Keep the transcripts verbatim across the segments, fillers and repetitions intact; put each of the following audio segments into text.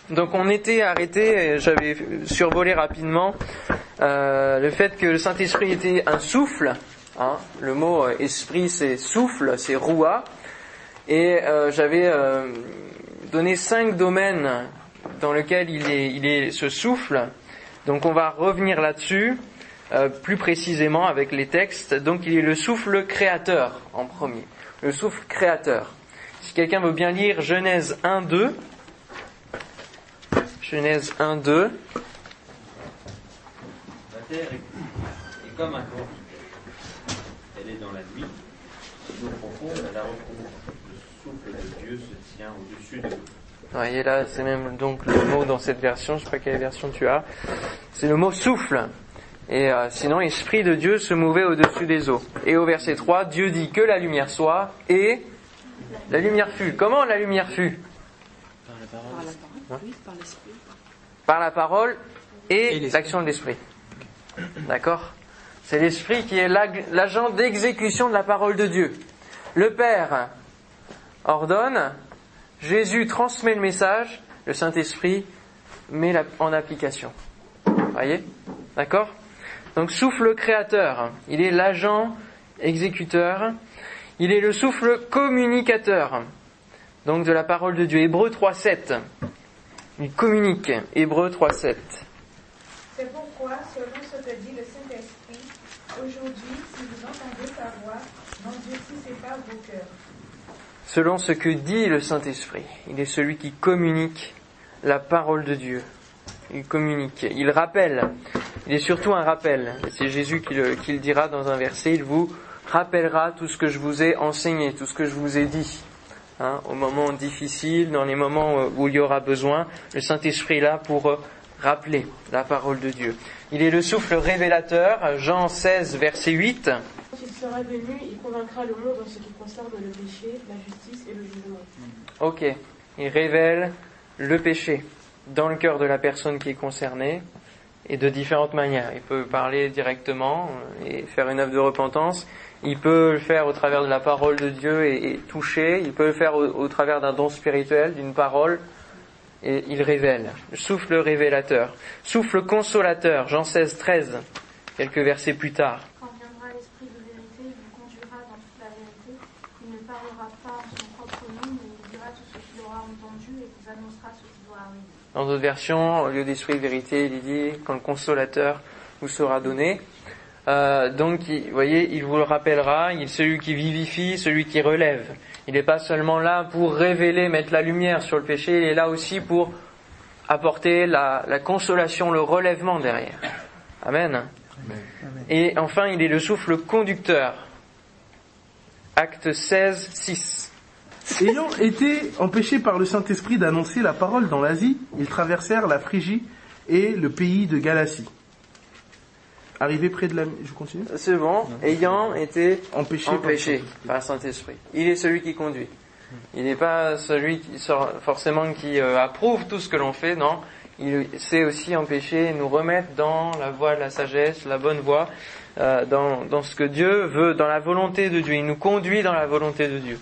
Donc on était arrêté, j'avais survolé rapidement euh, le fait que le Saint-Esprit était un souffle. Hein, le mot euh, esprit c'est souffle, c'est roua. Et euh, j'avais euh, donné cinq domaines dans lesquels il est, il est ce souffle. Donc on va revenir là-dessus euh, plus précisément avec les textes. Donc il est le souffle créateur en premier. Le souffle créateur. Si quelqu'un veut bien lire Genèse un deux. Genèse un deux. La terre est, est comme un corps. Elle est dans la nuit. L'eau profonde, elle la recouvre. Le souffle de Dieu se tient au-dessus de vous. Ouais, et là, c'est même donc le mot dans cette version, je sais pas quelle version tu as. C'est le mot souffle. Et euh, sinon, esprit de Dieu se mouvait au-dessus des eaux. Et au verset trois, Dieu dit que la lumière soit, et la lumière fut. Comment la lumière fut ? Par la parole. Par la parole, oui, par l'esprit. Par la parole et, et l'action de l'esprit. D'accord ? C'est l'esprit qui est l'agent d'exécution de la parole de Dieu. Le Père ordonne, Jésus transmet le message, le Saint-Esprit met la, en application. Vous voyez ? D'accord ? Donc souffle créateur, il est l'agent exécuteur, il est le souffle communicateur, donc de la parole de Dieu. Hébreux trois sept, il communique, Hébreux trois sept. C'est pourquoi, selon ce que dit le Saint-Esprit, aujourd'hui, si vous entendez sa voix, n'endurcissez pas vos cœurs. Selon ce que dit le Saint-Esprit, il est celui qui communique la parole de Dieu. Il communique, il rappelle, il est surtout un rappel. C'est Jésus qui le, qui le dira dans un verset, il vous rappellera tout ce que je vous ai enseigné, tout ce que je vous ai dit. Hein, aux moments difficiles, dans les moments où il y aura besoin, le Saint-Esprit est là pour rappeler la parole de Dieu. Il est le souffle révélateur, Jean seize, verset huit. Quand il sera venu, il convaincra le monde en ce qui concerne le péché, la justice et le jugement. Ok, il révèle le péché dans le cœur de la personne qui est concernée et de différentes manières. Il peut parler directement et faire une œuvre de repentance. Il peut le faire au travers de la parole de Dieu et, et toucher. Il peut le faire au, au travers d'un don spirituel, d'une parole. Et il révèle. Souffle révélateur. Souffle consolateur. Jean seize, treize. Quelques versets plus tard. Quand viendra l'Esprit de vérité, il vous conduira dans toute la vérité. Il ne parlera pas en son propre nom, mais il dira tout ce qu'il aura entendu et vous annoncera ce qui doit arriver. Dans d'autres versions, au lieu d'esprit de vérité, il dit quand le consolateur vous sera donné. Euh, donc, vous voyez, il vous le rappellera, il est celui qui vivifie, celui qui relève. Il n'est pas seulement là pour révéler, mettre la lumière sur le péché, il est là aussi pour apporter la, la consolation, le relèvement derrière. Amen. Amen. Et enfin, il est le souffle conducteur. Acte seize, six. Ayant été empêchés par le Saint-Esprit d'annoncer la parole dans l'Asie, ils traversèrent la Phrygie et le pays de Galatie. Arrivé près de la... Je continue ? C'est bon. Ayant été empêché, empêché par le Saint-Esprit. Il est celui qui conduit. Il n'est pas celui qui sort forcément qui euh, approuve tout ce que l'on fait, non. Il sait aussi empêcher, nous remettre dans la voie de la sagesse, la bonne voie, euh, dans, dans ce que Dieu veut, dans la volonté de Dieu. Il nous conduit dans la volonté de Dieu.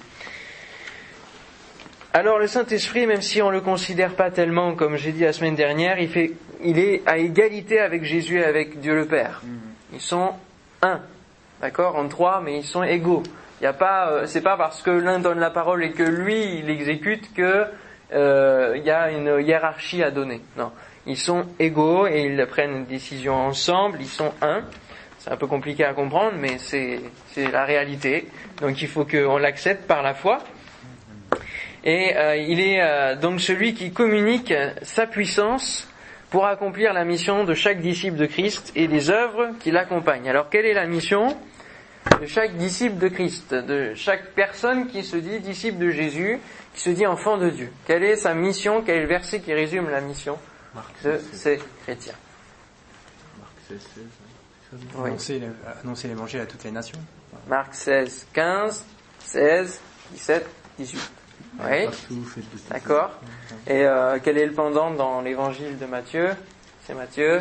Alors le Saint-Esprit, même si on le considère pas tellement, comme j'ai dit la semaine dernière, il fait, il est à égalité avec Jésus et avec Dieu le Père. Ils sont un, d'accord, en trois, mais ils sont égaux. Il y a pas, euh, c'est pas parce que l'un donne la parole et que lui il exécute que euh, il y a une hiérarchie à donner. Non, ils sont égaux et ils prennent une décision ensemble. Ils sont un. C'est un peu compliqué à comprendre, mais c'est c'est la réalité. Donc il faut qu'on l'accepte par la foi. Et euh, il est euh, donc celui qui communique sa puissance pour accomplir la mission de chaque disciple de Christ et des œuvres qui l'accompagnent. Alors quelle est la mission de chaque disciple de Christ, de chaque personne qui se dit disciple de Jésus, qui se dit enfant de Dieu? Quelle est sa mission? Quel est le verset qui résume la mission de ces chrétiens? Marc seize, seize. Oui. Annoncer, annoncer l'évangile à toutes les nations. Marc seize, quinze, seize, dix-sept, dix-huit. Oui, d'accord. Et euh, quel est le pendant dans l'évangile de Matthieu? C'est Matthieu.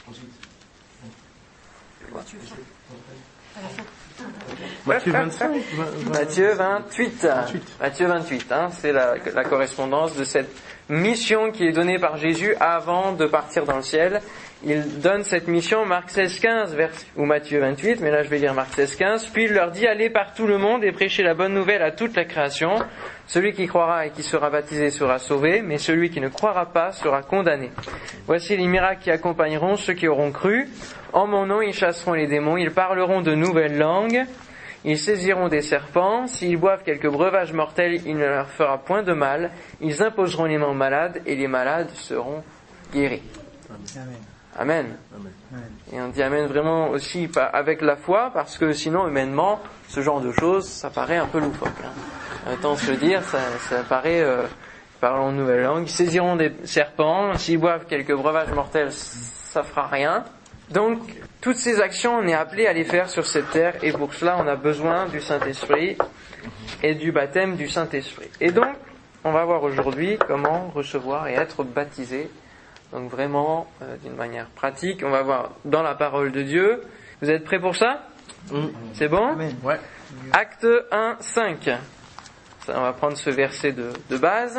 Matthieu vingt-cinq. Matthieu vingt-huit. Matthieu vingt-huit, hein, c'est la, la correspondance de cette mission qui est donnée par Jésus avant de partir dans le ciel. Il donne cette mission, Marc seize quinze, vers, ou Matthieu vingt-huit, mais là je vais lire Marc seize quinze. Puis il leur dit, allez par tout le monde et prêchez la bonne nouvelle à toute la création. Celui qui croira et qui sera baptisé sera sauvé, mais celui qui ne croira pas sera condamné. Voici les miracles qui accompagneront ceux qui auront cru. En mon nom, ils chasseront les démons, ils parleront de nouvelles langues, ils saisiront des serpents, s'ils boivent quelques breuvages mortels, il ne leur fera point de mal, ils imposeront les mains aux malades et les malades seront guéris. Amen. Amen. Amen. Et on dit Amen vraiment aussi avec la foi, parce que sinon, humainement, ce genre de choses, ça paraît un peu loufoque. Hein. Autant se le dire, ça, ça paraît, euh, parlons de nouvelles langues, ils saisiront des serpents, s'ils boivent quelques breuvages mortels, ça fera rien. Donc, toutes ces actions, on est appelé à les faire sur cette terre, et pour cela, on a besoin du Saint-Esprit et du baptême du Saint-Esprit. Et donc, on va voir aujourd'hui comment recevoir et être baptisé. Donc vraiment, euh, d'une manière pratique, on va voir dans la parole de Dieu. Vous êtes prêts pour ça ? Mmh. C'est bon ? Amen. Ouais. Acte un, cinq. Ça, on va prendre ce verset de, de base.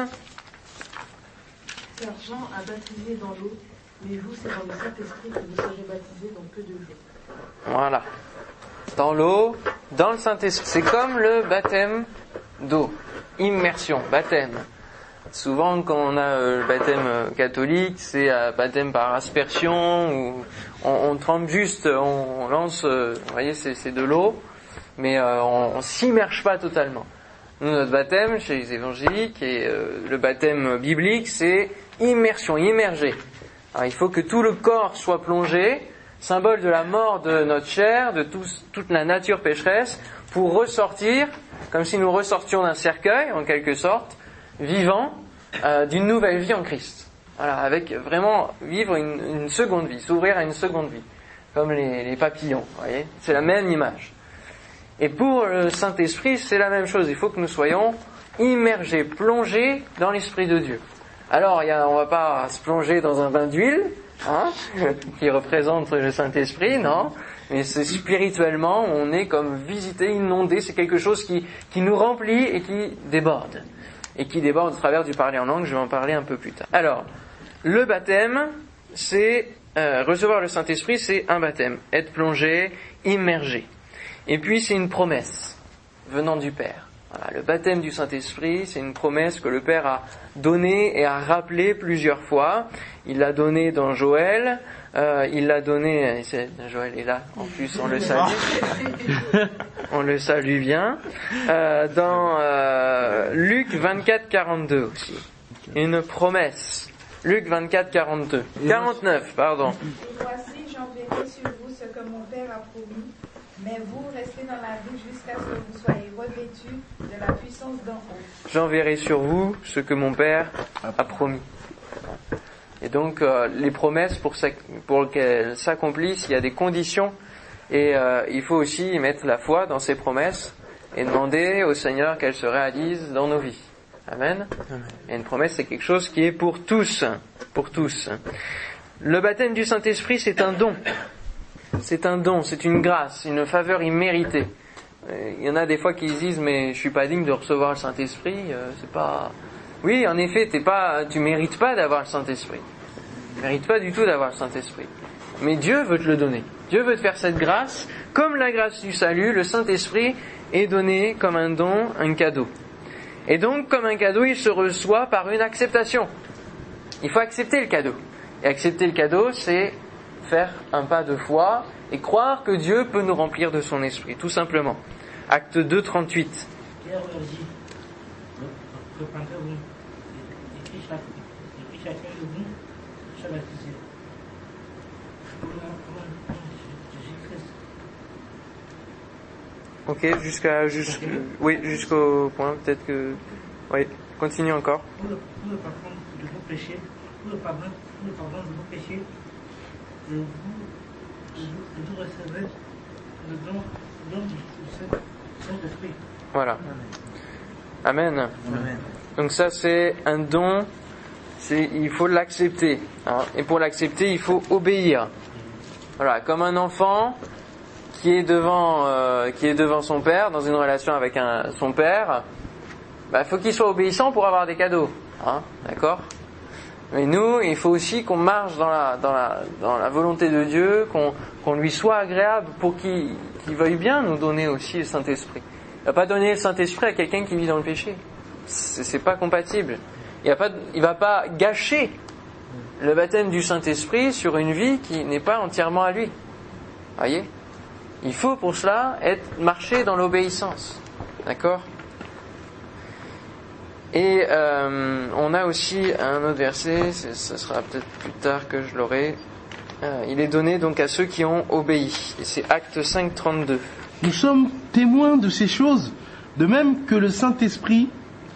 Car Jean a baptisé dans l'eau, mais vous, c'est dans le Saint-Esprit que vous serez baptisés dans peu de jours. Voilà. Dans l'eau, dans le Saint-Esprit. C'est comme le baptême d'eau. Immersion, baptême. Souvent, quand on a euh, le baptême euh, catholique, c'est euh, baptême par aspersion, où on, on trempe juste, on, on lance, euh, vous voyez, c'est, c'est de l'eau, mais euh, on, on s'immerge pas totalement. Nous, notre baptême, chez les évangéliques, et euh, le baptême biblique, c'est immersion, immergé. Alors, il faut que tout le corps soit plongé, symbole de la mort de notre chair, de tout, toute la nature pécheresse, pour ressortir, comme si nous ressortions d'un cercueil, en quelque sorte, vivant, euh, d'une nouvelle vie en Christ. Voilà, avec vraiment vivre une, une seconde vie, s'ouvrir à une seconde vie, comme les, les papillons, vous voyez, c'est la même image. Et pour le Saint-Esprit, c'est la même chose, il faut que nous soyons immergés, plongés dans l'Esprit de Dieu. Alors, il y a, on va pas se plonger dans un bain d'huile, hein, qui représente le Saint-Esprit, non, mais c'est spirituellement, on est comme visité, inondé, c'est quelque chose qui, qui nous remplit et qui déborde. Et qui déborde au travers du parler en langue, je vais en parler un peu plus tard. Alors, le baptême, c'est, euh, recevoir le Saint-Esprit, c'est un baptême, être plongé, immergé. Et puis c'est une promesse, venant du Père. Voilà, le baptême du Saint-Esprit, c'est une promesse que le Père a donnée et a rappelée plusieurs fois. Il l'a donnée dans Joël, euh, il l'a donnée, c'est, Joël est là, en plus on le salue, on le salue bien, euh, dans euh, Luc vingt-quatre quarante-deux aussi, une promesse, Luc vingt-quatre quarante-deux, quarante-neuf, pardon. Et voici, j'enverrai sur vous ce que mon Père a promis, mais vous restez dans la vie jusqu'à ce que vous soyez revêtus de la puissance d'en haut. J'enverrai sur vous ce que mon Père a promis. Et donc, euh, les promesses, pour, pour qu'elles s'accomplissent, il y a des conditions. Et euh, il faut aussi mettre la foi dans ces promesses et demander au Seigneur qu'elles se réalisent dans nos vies. Amen. Amen. Et une promesse, c'est quelque chose qui est pour tous. Pour tous. Le baptême du Saint-Esprit, c'est un don. C'est un don, c'est une grâce, une faveur imméritée. Il y en a des fois qui disent, mais je suis pas digne de recevoir le Saint-Esprit, euh, c'est pas... Oui, en effet, t'es pas, tu mérites pas d'avoir le Saint-Esprit. Tu mérites pas du tout d'avoir le Saint-Esprit. Mais Dieu veut te le donner. Dieu veut te faire cette grâce. Comme la grâce du salut, le Saint-Esprit est donné comme un don, un cadeau. Et donc, comme un cadeau, il se reçoit par une acceptation. Il faut accepter le cadeau. Et accepter le cadeau, c'est faire un pas de foi et croire que Dieu peut nous remplir de son esprit, tout simplement. Acte deux, trente-huit. Pierre leur dit, repentez-vous, et puis chacun de vous soit baptisé. Ok, jusqu'à, jusqu'à, oui, jusqu'au point, peut-être que, oui, continue encore. Pour le, pour le pardon de vos péchés, pour le pardon, pour le pardon de vos péchés, et vous, et vous, et vous recevrez le don, don du Saint-Esprit. Voilà. Amen. Amen. Donc ça, c'est un don, c'est, il faut l'accepter, hein. Et pour l'accepter, il faut obéir. Voilà, comme un enfant qui est devant, euh, qui est devant son père, dans une relation avec un, son père, bah, faut qu'il soit obéissant pour avoir des cadeaux, hein, d'accord ? Mais nous, il faut aussi qu'on marche dans la, dans la, dans la volonté de Dieu, qu'on, qu'on lui soit agréable pour qu'il, qu'il veuille bien nous donner aussi le Saint-Esprit. Il va pas donner le Saint-Esprit à quelqu'un qui vit dans le péché. C'est, c'est pas compatible. Il va pas, il va pas gâcher le baptême du Saint-Esprit sur une vie qui n'est pas entièrement à lui. Voyez ? Il faut pour cela être, marcher dans l'obéissance. D'accord ? Et euh, on a aussi un autre verset, ce sera peut-être plus tard que je l'aurai. Euh, il est donné donc à ceux qui ont obéi. Et c'est Actes cinq, trente-deux. Nous sommes témoins de ces choses, de même que le Saint-Esprit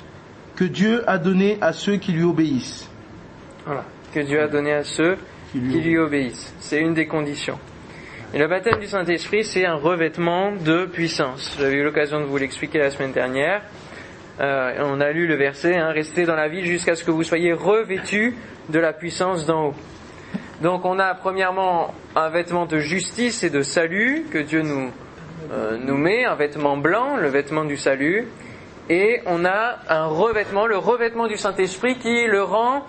que Dieu a donné à ceux qui lui obéissent. Voilà, que Dieu a donné à ceux qui lui, qui lui obéissent. C'est une des conditions. Et le baptême du Saint-Esprit, c'est un revêtement de puissance. J'avais eu l'occasion de vous l'expliquer la semaine dernière. Euh, on a lu le verset, hein, restez dans la ville jusqu'à ce que vous soyez revêtus de la puissance d'en haut. Donc on a premièrement un vêtement de justice et de salut que Dieu nous, euh, nous met, un vêtement blanc, le vêtement du salut, et on a un revêtement, le revêtement du Saint-Esprit qui le rend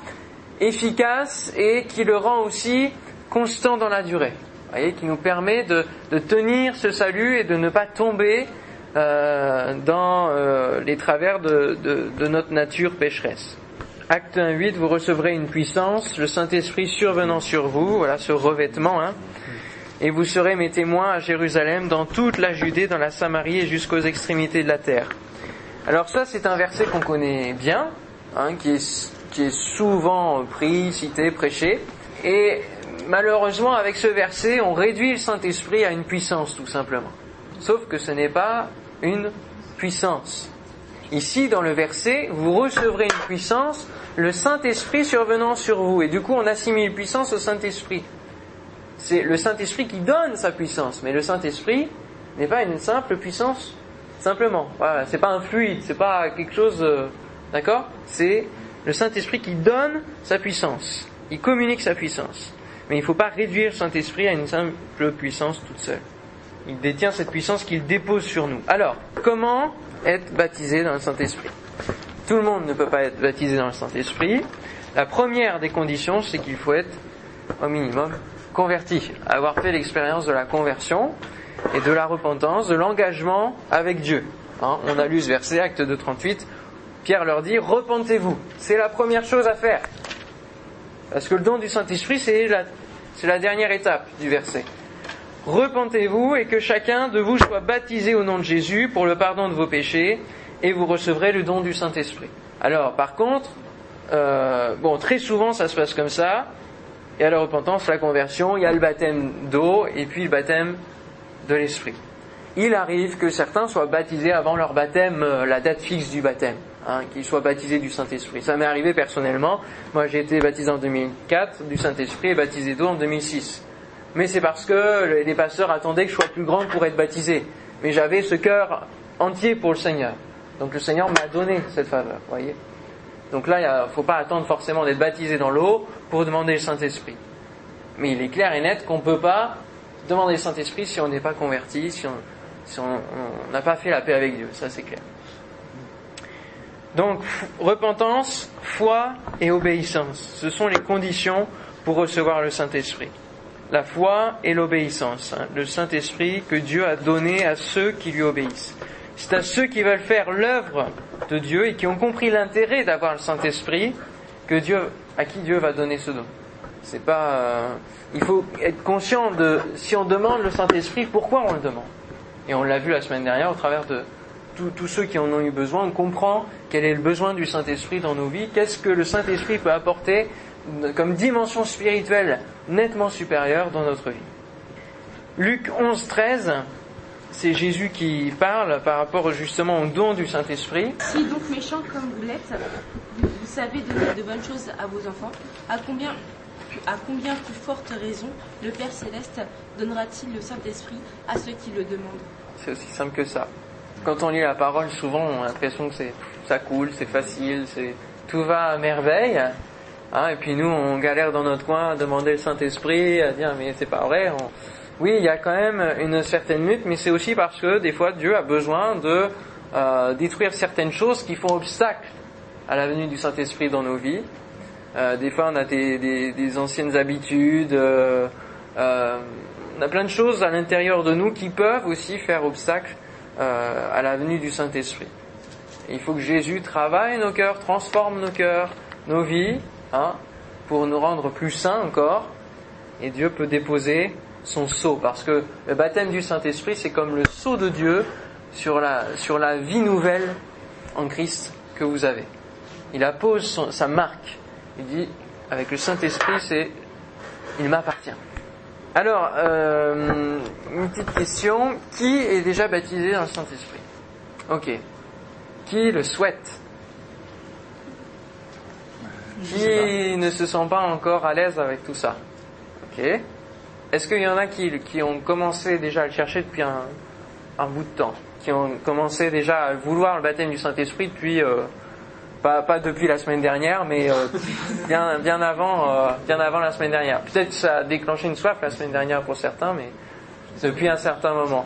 efficace et qui le rend aussi constant dans la durée. Vous voyez, qui nous permet de, de tenir ce salut et de ne pas tomber Euh, dans euh, les travers de, de, de notre nature pécheresse. Acte un huit, vous recevrez une puissance, le Saint-Esprit survenant sur vous, voilà ce revêtement, hein, et vous serez mes témoins à Jérusalem, dans toute la Judée, dans la Samarie et jusqu'aux extrémités de la terre. Alors ça, c'est un verset qu'on connaît bien, hein, qui est, qui est souvent pris, cité, prêché, et malheureusement, avec ce verset, on réduit le Saint-Esprit à une puissance, tout simplement. Sauf que ce n'est pas une puissance. Ici, dans le verset, vous recevrez une puissance, le Saint-Esprit survenant sur vous. Et du coup, on assimile puissance au Saint-Esprit. C'est le Saint-Esprit qui donne sa puissance, mais le Saint-Esprit n'est pas une simple puissance, simplement. Voilà, c'est pas un fluide, c'est pas quelque chose, euh, d'accord ? C'est le Saint-Esprit qui donne sa puissance. Il communique sa puissance. Mais il ne faut pas réduire le Saint-Esprit à une simple puissance toute seule. Il détient cette puissance qu'il dépose sur nous. Alors, comment être baptisé dans le Saint-Esprit ? Tout le monde ne peut pas être baptisé dans le Saint-Esprit. La première des conditions, c'est qu'il faut être, au minimum, converti, avoir fait l'expérience de la conversion et de la repentance, de l'engagement avec Dieu. Hein, on a lu ce verset, Acte deux, trente-huit. Pierre leur dit, repentez-vous. C'est la première chose à faire. Parce que le don du Saint-Esprit, c'est la, c'est la dernière étape du verset. Repentez-vous et que chacun de vous soit baptisé au nom de Jésus pour le pardon de vos péchés et vous recevrez le don du Saint-Esprit. Alors, par contre, euh, bon, très souvent ça se passe comme ça. Il y a la repentance, la conversion, il y a le baptême d'eau et puis le baptême de l'Esprit. Il arrive que certains soient baptisés avant leur baptême, euh, la date fixe du baptême, hein, qu'ils soient baptisés du Saint-Esprit. Ça m'est arrivé personnellement. Moi, j'ai été baptisé en deux mille quatre du Saint-Esprit et baptisé d'eau en deux mille six. Mais c'est parce que les pasteurs attendaient que je sois plus grand pour être baptisé. Mais j'avais ce cœur entier pour le Seigneur. Donc le Seigneur m'a donné cette faveur, voyez. Donc là, il ne faut pas attendre forcément d'être baptisé dans l'eau pour demander le Saint-Esprit. Mais il est clair et net qu'on ne peut pas demander le Saint-Esprit si on n'est pas converti, si on si on n'a pas fait la paix avec Dieu. Ça, c'est clair. Donc, repentance, foi et obéissance. Ce sont les conditions pour recevoir le Saint-Esprit. La foi et l'obéissance, hein, le Saint-Esprit que Dieu a donné à ceux qui lui obéissent. C'est à ceux qui veulent faire l'œuvre de Dieu et qui ont compris l'intérêt d'avoir le Saint-Esprit que Dieu, à qui Dieu va donner ce don. C'est pas, euh, il faut être conscient de, si on demande le Saint-Esprit, pourquoi on le demande. Et on l'a vu la semaine dernière au travers de tous ceux qui en ont eu besoin. On comprend quel est le besoin du Saint-Esprit dans nos vies, qu'est-ce que le Saint-Esprit peut apporter comme dimension spirituelle nettement supérieure dans notre vie. Luc onze, treize, c'est Jésus qui parle par rapport justement au don du Saint-Esprit. Si donc méchants comme vous l'êtes, vous, vous savez donner de bonnes choses à vos enfants, à combien, à combien plus forte raison le Père Céleste donnera-t-il le Saint-Esprit à ceux qui le demandent ? C'est aussi simple que ça. Quand on lit la parole, souvent on a l'impression que c'est, ça coule, c'est facile, c'est, tout va à merveille. Hein, et puis nous, on galère dans notre coin à demander le Saint-Esprit, à dire mais c'est pas vrai. On... Oui, il y a quand même une certaine lutte, mais c'est aussi parce que des fois Dieu a besoin de euh, détruire certaines choses qui font obstacle à la venue du Saint-Esprit dans nos vies. Euh, des fois, on a des, des, des anciennes habitudes. Euh, euh, on a plein de choses à l'intérieur de nous qui peuvent aussi faire obstacle euh, à la venue du Saint-Esprit. Et il faut que Jésus travaille nos cœurs, transforme nos cœurs, nos vies, hein, pour nous rendre plus saints encore. Et Dieu peut déposer son sceau, parce que le baptême du Saint-Esprit, c'est comme le sceau de Dieu sur la, sur la vie nouvelle en Christ que vous avez. Il appose son, sa marque. Il dit, avec le Saint-Esprit, c'est il m'appartient. Alors, euh, une petite question. Qui est déjà baptisé dans le Saint-Esprit? Ok. Qui le souhaite? Qui ne se sent pas encore à l'aise avec tout ça? Ok. Est-ce qu'il y en a qui, qui ont commencé déjà à le chercher depuis un, un bout de temps? Qui ont commencé déjà à vouloir le baptême du Saint-Esprit depuis... Euh, Pas, pas depuis la semaine dernière, mais euh, bien, bien avant, euh, bien avant la semaine dernière. Peut-être que ça a déclenché une soif la semaine dernière pour certains, mais depuis un certain moment.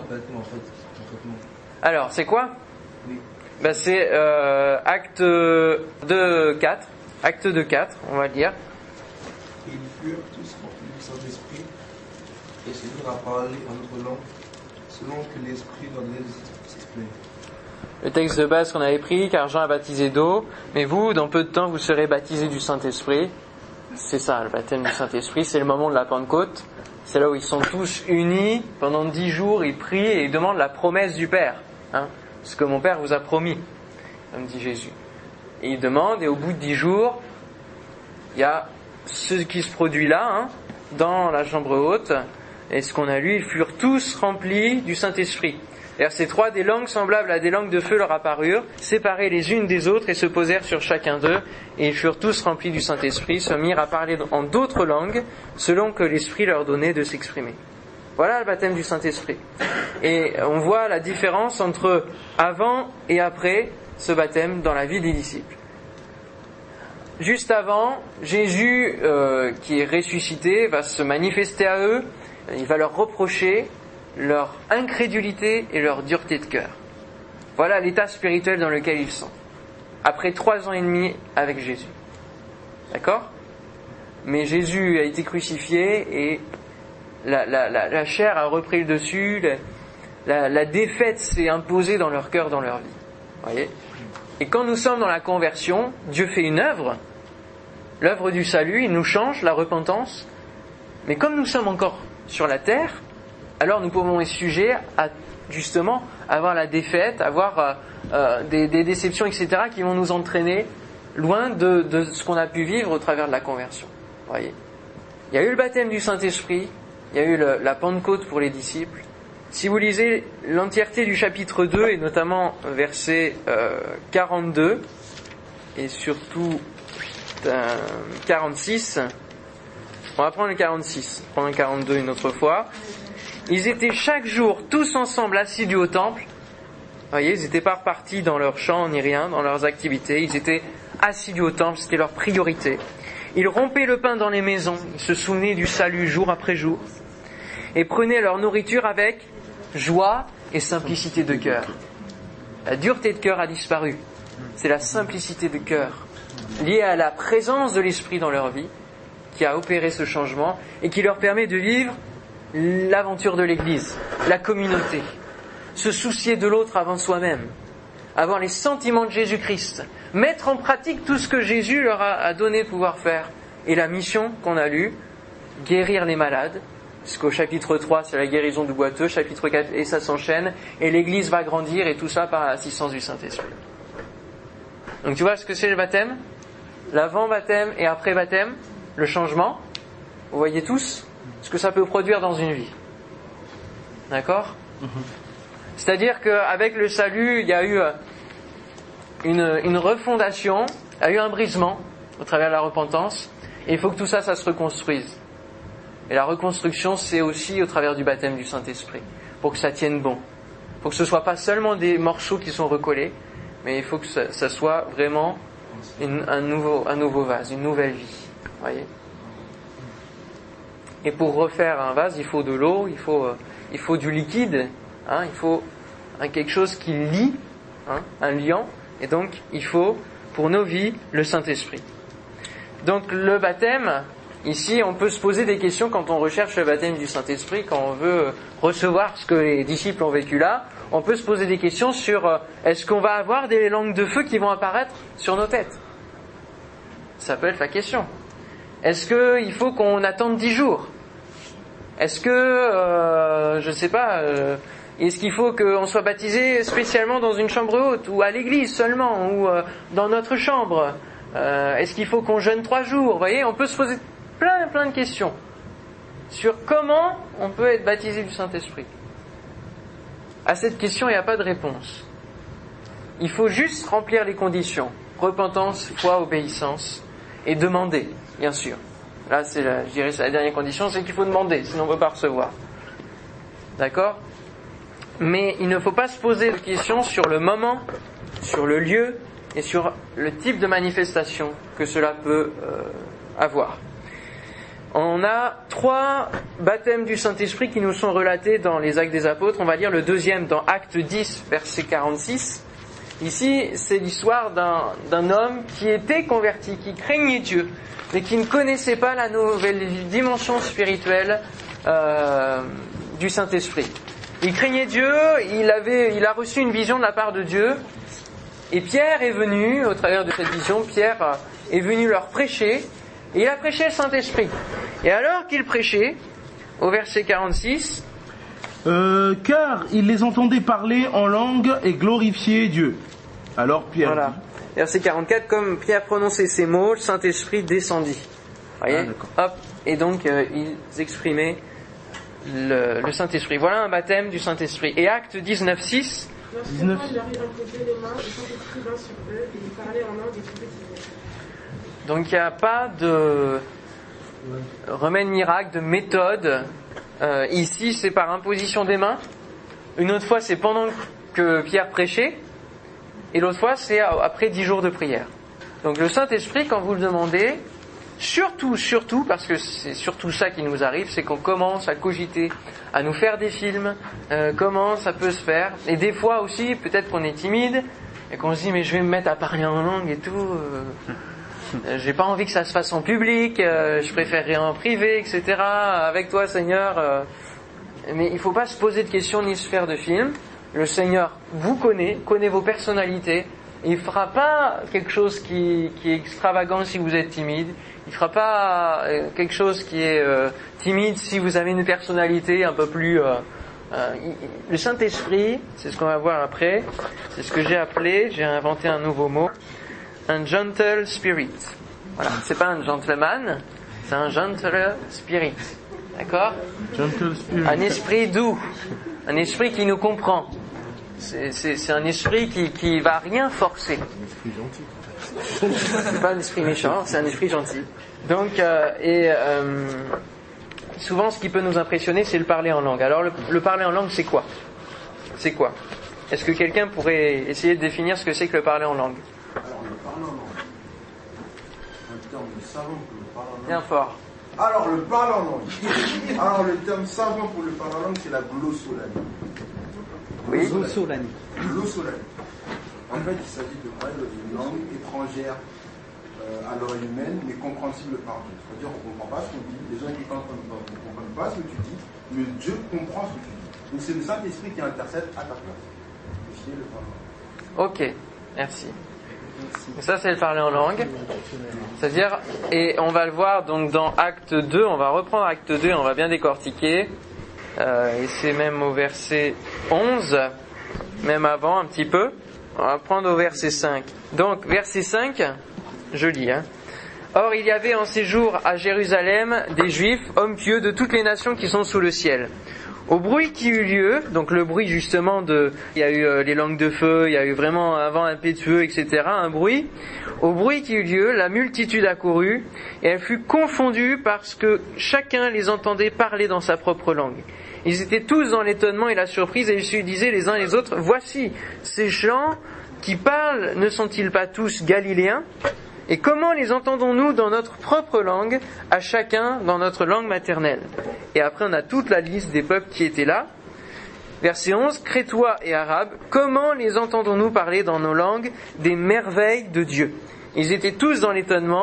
Alors, c'est quoi? Ben, c'est euh, acte deux quatre, acte deux quatre, on va le dire. Ils furent tous remplis du Saint-Esprit et se mirent à parler en autre langue, selon que l'Esprit leur donnait de s'exprimer. Le texte de base qu'on avait pris, car Jean a baptisé d'eau, mais vous, dans peu de temps, vous serez baptisés du Saint-Esprit. C'est ça, le baptême du Saint-Esprit, c'est le moment de la Pentecôte. C'est là où ils sont tous unis, pendant dix jours, ils prient et ils demandent la promesse du Père. Hein, ce que mon Père vous a promis, comme dit Jésus. Et ils demandent, et au bout de dix jours, il y a ce qui se produit là, hein, dans la chambre haute, et ce qu'on a lu, ils furent tous remplis du Saint-Esprit. Verset trois, des langues semblables à des langues de feu leur apparurent, séparées les unes des autres et se posèrent sur chacun d'eux, et ils furent tous remplis du Saint-Esprit, se mirent à parler en d'autres langues, selon que l'Esprit leur donnait de s'exprimer. Voilà le baptême du Saint-Esprit. Et on voit la différence entre avant et après ce baptême dans la vie des disciples. Juste avant, Jésus, euh, qui est ressuscité, va se manifester à eux, il va leur reprocher leur incrédulité et leur dureté de cœur. Voilà l'état spirituel dans lequel ils sont. Après trois ans et demi avec Jésus. D'accord? Mais Jésus a été crucifié et la, la, la, la chair a repris le dessus, la, la, la défaite s'est imposée dans leur cœur, dans leur vie. Voyez? Et quand nous sommes dans la conversion, Dieu fait une œuvre, l'œuvre du salut, il nous change, la repentance. Mais comme nous sommes encore sur la terre, alors nous pouvons être sujets à, justement, avoir la défaite, avoir euh, euh, des, des déceptions, et cetera, qui vont nous entraîner loin de, de ce qu'on a pu vivre au travers de la conversion. Voyez, il y a eu le baptême du Saint-Esprit, il y a eu le, la Pentecôte pour les disciples. Si vous lisez l'entièreté du chapitre deux, et notamment verset euh, quarante-deux, et surtout euh, quarante-six, on va prendre le quarante-six, prendre le quarante-deux une autre fois. Ils étaient chaque jour tous ensemble assidus au temple. Vous voyez, ils n'étaient pas repartis dans leurs champs ni rien, dans leurs activités. Ils étaient assidus au temple, c'était leur priorité. Ils rompaient le pain dans les maisons, ils se souvenaient du salut jour après jour, et prenaient leur nourriture avec joie et simplicité de cœur. La dureté de cœur a disparu. C'est la simplicité de cœur, liée à la présence de l'Esprit dans leur vie, qui a opéré ce changement et qui leur permet de vivre l'aventure de l'Église, la communauté, se soucier de l'autre avant soi-même, avoir les sentiments de Jésus-Christ, mettre en pratique tout ce que Jésus leur a, a donné de pouvoir faire. Et la mission qu'on a lue, guérir les malades, puisqu'au chapitre trois, c'est la guérison du boiteux, chapitre quatre, et ça s'enchaîne, et l'Église va grandir, et tout ça par l'assistance du Saint-Esprit. Donc tu vois ce que c'est le baptême? L'avant-baptême et après-baptême, le changement, vous voyez tous ce que ça peut produire dans une vie. D'accord? Mm-hmm. C'est-à-dire qu'avec le salut, il y a eu une, une refondation, il y a eu un brisement au travers de la repentance, et il faut que tout ça, ça se reconstruise. Et la reconstruction, c'est aussi au travers du baptême du Saint-Esprit, pour que ça tienne bon. Pour que ce ne soit pas seulement des morceaux qui sont recollés, mais il faut que ça, ça soit vraiment une, un, nouveau, un nouveau vase, une nouvelle vie. Voyez? Et pour refaire un vase, il faut de l'eau, il faut, euh, il faut du liquide, hein, il faut hein, quelque chose qui lie, hein, un liant, et donc il faut, pour nos vies, le Saint-Esprit. Donc le baptême, ici on peut se poser des questions quand on recherche le baptême du Saint-Esprit, quand on veut recevoir ce que les disciples ont vécu là, on peut se poser des questions sur euh, est-ce qu'on va avoir des langues de feu qui vont apparaître sur nos têtes? Ça peut être la question. Est-ce qu'il faut qu'on attende dix jours? Est-ce que, euh, je ne sais pas, euh, est-ce qu'il faut qu'on soit baptisé spécialement dans une chambre haute, ou à l'église seulement, ou euh, dans notre chambre? euh, Est-ce qu'il faut qu'on jeûne trois jours? Vous voyez, on peut se poser plein plein de questions sur comment on peut être baptisé du Saint-Esprit. À cette question, il n'y a pas de réponse. Il faut juste remplir les conditions. Repentance, foi, obéissance, et demander, bien sûr. Là, c'est la, je dirais, c'est la dernière condition, c'est qu'il faut demander, sinon on ne peut pas recevoir. D'accord? Mais il ne faut pas se poser de questions sur le moment, sur le lieu, et sur le type de manifestation que cela peut euh, avoir. On a trois baptêmes du Saint-Esprit qui nous sont relatés dans les Actes des Apôtres. On va lire le deuxième dans Acte dix, verset quarante-six. Ici, c'est l'histoire d'un, d'un homme qui était converti, qui craignait Dieu, mais qui ne connaissait pas la nouvelle dimension spirituelle euh, du Saint-Esprit. Il craignait Dieu, il avait, il a reçu une vision de la part de Dieu, et Pierre est venu, au travers de cette vision, Pierre est venu leur prêcher, et il a prêché le Saint-Esprit. Et alors qu'il prêchait, au verset quarante-six, euh, car il les entendait parler en langue et glorifier Dieu. Alors Pierre voilà. dit, verset quarante-quatre, comme Pierre prononçait ces mots, le Saint-Esprit descendit. Voyez, ah, hop, et donc euh, ils exprimaient le, le Saint-Esprit. Voilà un baptême du Saint-Esprit. Et Acte dix-neuf, six. dix-neuf. Leur imposait les mains, le Saint-Esprit vint sur eux, et ils parlaient en langue et trouvaient qu'ils étaient. Donc il n'y a pas de remède miracle, de méthode. Euh, ici, c'est par imposition des mains. Une autre fois, c'est pendant que Pierre prêchait. Et l'autre fois, c'est après dix jours de prière. Donc le Saint-Esprit, quand vous le demandez, surtout, surtout, parce que c'est surtout ça qui nous arrive, c'est qu'on commence à cogiter, à nous faire des films, euh, comment ça peut se faire. Et des fois aussi, peut-être qu'on est timide, et qu'on se dit, mais je vais me mettre à parler en langue et tout... Euh, j'ai pas envie que ça se fasse en public, euh, je préférerais en privé, et cetera. Avec toi, Seigneur. Euh, mais il faut pas se poser de questions ni se faire de films. Le Seigneur vous connaît, connaît vos personnalités. Il fera pas quelque chose qui, qui est extravagant si vous êtes timide. Il fera pas euh, quelque chose qui est euh, timide si vous avez une personnalité un peu plus... Euh, euh, le Saint-Esprit, c'est ce qu'on va voir après, c'est ce que j'ai appelé, j'ai inventé un nouveau mot, un gentle spirit. Voilà, c'est pas un gentleman, c'est un gentle spirit. D'accord? Gentle spirit. Un esprit doux, un esprit qui nous comprend. C'est, c'est, c'est un esprit qui, qui va rien forcer. Un esprit gentil. C'est pas un esprit méchant, c'est un esprit gentil. Donc, euh, et euh, souvent, ce qui peut nous impressionner, c'est le parler en langue. Alors, le, le parler en langue, c'est quoi? C'est quoi? Est-ce que quelqu'un pourrait essayer de définir ce que c'est que le parler en langue? Alors, le parler en langue. Un terme savant pour le parler en langue. Bien fort. Alors, le parler en langue. Alors, le terme savant pour le parler en langue, c'est la glossolanie. Oui. Glossolanie. Glossolanie. En fait, il s'agit de parler une langue étrangère euh, à l'oreille humaine, mais compréhensible par Dieu. C'est-à-dire qu'on ne comprend pas ce qu'on dit, les gens qui ne comprennent pas ce que tu dis, mais Dieu comprend ce que tu dis. Donc, c'est le Saint-Esprit qui intercède à ta place. C'est le parler en langue. Ok, merci. Ça, c'est le parler en langue. C'est-à-dire, et on va le voir donc dans Acte deux, on va reprendre Acte deux et on va bien décortiquer. Euh, et c'est même au verset onze, même avant un petit peu. On va prendre au verset cinq. Donc, verset cinq, je lis. Hein. Or, il y avait en ces jours à Jérusalem des Juifs, hommes pieux de toutes les nations qui sont sous le ciel. Au bruit qui eut lieu, donc le bruit justement de, il y a eu euh, les langues de feu, il y a eu vraiment un vent impétueux, et cetera, un bruit. Au bruit qui eut lieu, la multitude accourut, et elle fut confondue parce que chacun les entendait parler dans sa propre langue. Ils étaient tous dans l'étonnement et la surprise, et ils se disaient les uns les autres, voici, ces gens qui parlent, ne sont-ils pas tous galiléens? Et comment les entendons-nous dans notre propre langue, à chacun dans notre langue maternelle? Et après on a toute la liste des peuples qui étaient là. Verset onze, Crétois et Arabes, comment les entendons-nous parler dans nos langues des merveilles de Dieu? Ils étaient tous dans l'étonnement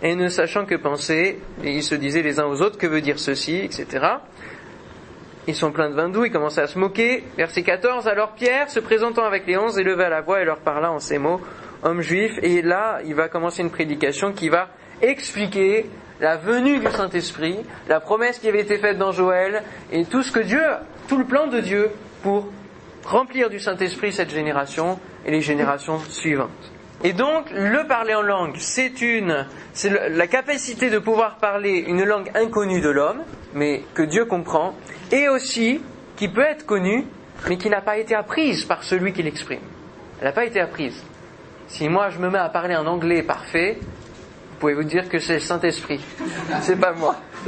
et ne sachant que penser, et ils se disaient les uns aux autres, que veut dire ceci, et cetera. Ils sont pleins de vin doux, ils commencent à se moquer. Verset quatorze, alors Pierre, se présentant avec les onze, éleva la voix et leur parla en ces mots, hommes juifs, et là, il va commencer une prédication qui va expliquer la venue du Saint-Esprit, la promesse qui avait été faite dans Joël, et tout ce que Dieu, tout le plan de Dieu pour remplir du Saint-Esprit cette génération et les générations suivantes. Et donc, le parler en langue, c'est une, c'est la capacité de pouvoir parler une langue inconnue de l'homme, mais que Dieu comprend, et aussi qui peut être connue, mais qui n'a pas été apprise par celui qui l'exprime. Elle n'a pas été apprise. Si moi je me mets à parler un anglais parfait, vous pouvez vous dire que c'est le Saint-Esprit, c'est pas moi, d'accord ?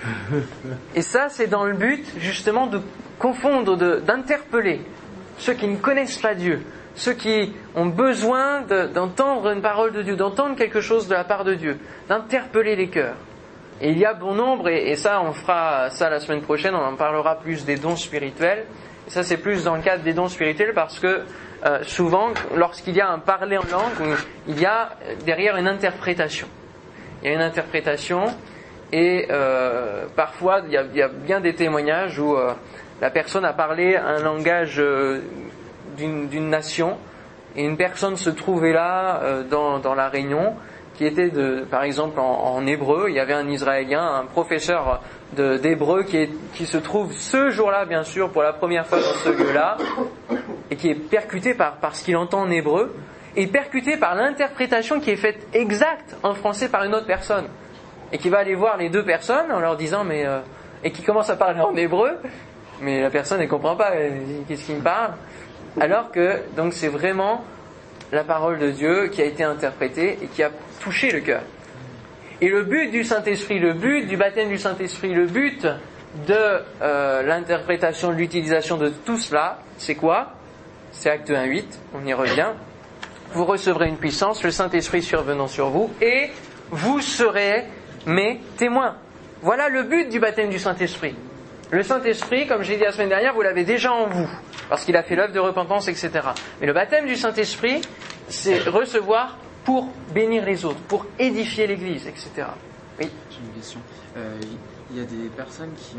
Et ça, c'est dans le but justement de confondre, de, d'interpeller ceux qui ne connaissent pas Dieu, ceux qui ont besoin de, d'entendre une parole de Dieu, d'entendre quelque chose de la part de Dieu, d'interpeller les cœurs. Et il y a bon nombre, et, et ça on fera ça la semaine prochaine, on en parlera plus des dons spirituels. Et ça c'est plus dans le cadre des dons spirituels parce que euh, souvent, lorsqu'il y a un parler en langue, il y a derrière une interprétation. Il y a une interprétation, et euh, parfois il y, a, il y a bien des témoignages où euh, la personne a parlé un langage euh, d'une, d'une nation, et une personne se trouvait là euh, dans, dans la réunion, qui était de, par exemple en, en hébreu. Il y avait un Israélien, un professeur de, d'hébreu qui, est, qui se trouve ce jour-là, bien sûr, pour la première fois dans ce lieu-là, et qui est percuté par, par ce qu'il entend en hébreu, et percuté par l'interprétation qui est faite exacte en français par une autre personne, et qui va aller voir les deux personnes en leur disant, mais euh, et qui commence à parler en hébreu, mais la personne ne comprend pas, elle dit, qu'est-ce qu'il me parle ? Alors que, donc, c'est vraiment la parole de Dieu qui a été interprétée et qui a touché le cœur. Et le but du Saint-Esprit, le but du baptême du Saint-Esprit, le but de euh, l'interprétation, de l'utilisation de tout cela, c'est quoi ? C'est Actes un huit, on y revient. Vous recevrez une puissance, le Saint-Esprit survenant sur vous, et vous serez mes témoins. Voilà le but du baptême du Saint-Esprit. Le Saint-Esprit, comme j'ai dit la semaine dernière, vous l'avez déjà en vous, parce qu'il a fait l'œuvre de repentance, et cetera. Mais le baptême du Saint-Esprit, c'est recevoir pour bénir les autres, pour édifier l'Église, et cetera. Oui. J'ai une question. Euh, il y a des personnes qui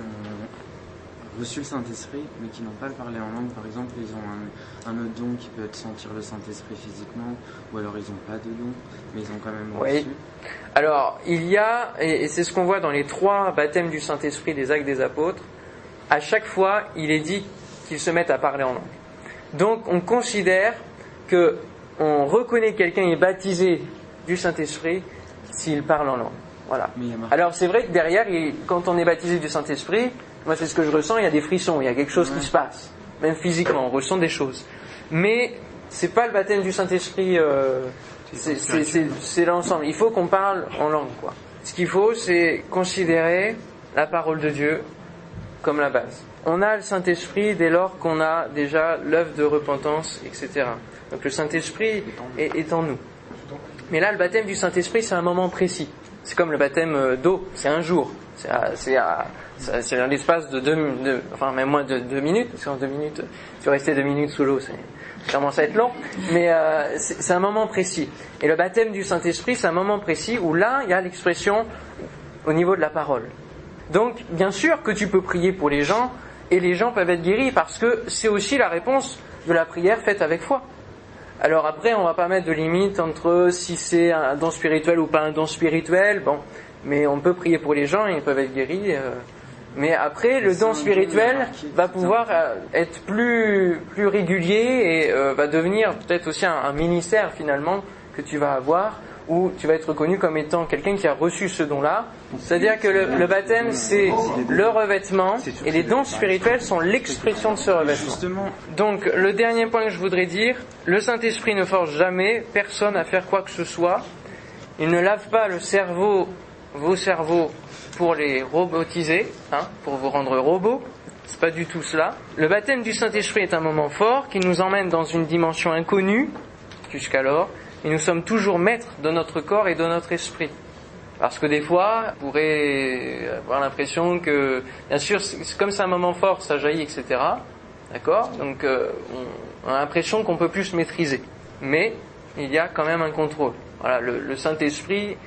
ont reçu le Saint-Esprit, mais qui n'ont pas le parler en langue. Par exemple, ils ont un, un autre don qui peut être sentir le Saint-Esprit physiquement, ou alors ils n'ont pas de don, mais ils ont quand même reçu. Oui. Alors, il y a, et c'est ce qu'on voit dans les trois baptêmes du Saint-Esprit des Actes des Apôtres, à chaque fois, il est dit qu'ils se mettent à parler en langue. Donc, on considère que on reconnaît quelqu'un est baptisé du Saint-Esprit s'il parle en langue. Voilà. Alors, c'est vrai que derrière, il, quand on est baptisé du Saint-Esprit, moi, c'est ce que je ressens, il y a des frissons, il y a quelque chose ouais. qui se passe. Même physiquement, on ressent des choses. Mais, c'est pas le baptême du Saint-Esprit, euh, c'est, c'est, c'est, c'est l'ensemble. Il faut qu'on parle en langue, quoi. Ce qu'il faut, c'est considérer la parole de Dieu comme la base. On a le Saint-Esprit dès lors qu'on a déjà l'œuvre de repentance, et cetera. Donc le Saint-Esprit est, est en nous. Mais là, le baptême du Saint-Esprit, c'est un moment précis. C'est comme le baptême d'eau, c'est un jour. C'est, à, c'est, à, c'est dans l'espace de deux, de, enfin même moins de deux minutes, parce qu'en deux minutes, tu restais deux minutes sous l'eau, c'est, ça commence à être long. Mais euh, c'est, c'est un moment précis. Et le baptême du Saint-Esprit, c'est un moment précis où là, il y a l'expression au niveau de la parole. Donc, bien sûr que tu peux prier pour les gens, et les gens peuvent être guéris, parce que c'est aussi la réponse de la prière faite avec foi. Alors après, on va pas mettre de limite entre si c'est un don spirituel ou pas un don spirituel, bon, mais on peut prier pour les gens et ils peuvent être guéris. Euh, mais après, le don spirituel va pouvoir euh, être plus plus régulier et euh, va devenir peut-être aussi un, un ministère finalement que tu vas avoir, où tu vas être reconnu comme étant quelqu'un qui a reçu ce don-là. C'est-à-dire que le, le baptême, c'est le revêtement, et les dons spirituels sont l'expression de ce revêtement. Donc, le dernier point que je voudrais dire, le Saint-Esprit ne force jamais personne à faire quoi que ce soit. Il ne lave pas le cerveau, vos cerveaux, pour les robotiser, hein, pour vous rendre robots. C'est pas du tout cela. Le baptême du Saint-Esprit est un moment fort qui nous emmène dans une dimension inconnue jusqu'alors. Et nous sommes toujours maîtres de notre corps et de notre esprit. Parce que des fois, on pourrait avoir l'impression que, bien sûr, c'est, comme c'est un moment fort, ça jaillit, et cetera. D'accord ? Donc, euh, on a l'impression qu'on peut plus se maîtriser. Mais, il y a quand même un contrôle. Voilà, le, le Saint-Esprit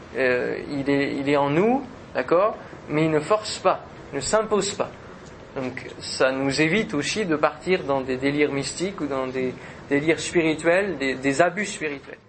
euh, il est, il est en nous, d'accord, mais il ne force pas, ne s'impose pas. Donc ça nous évite aussi de partir dans des délires mystiques ou dans des délires spirituels, des, des abus spirituels.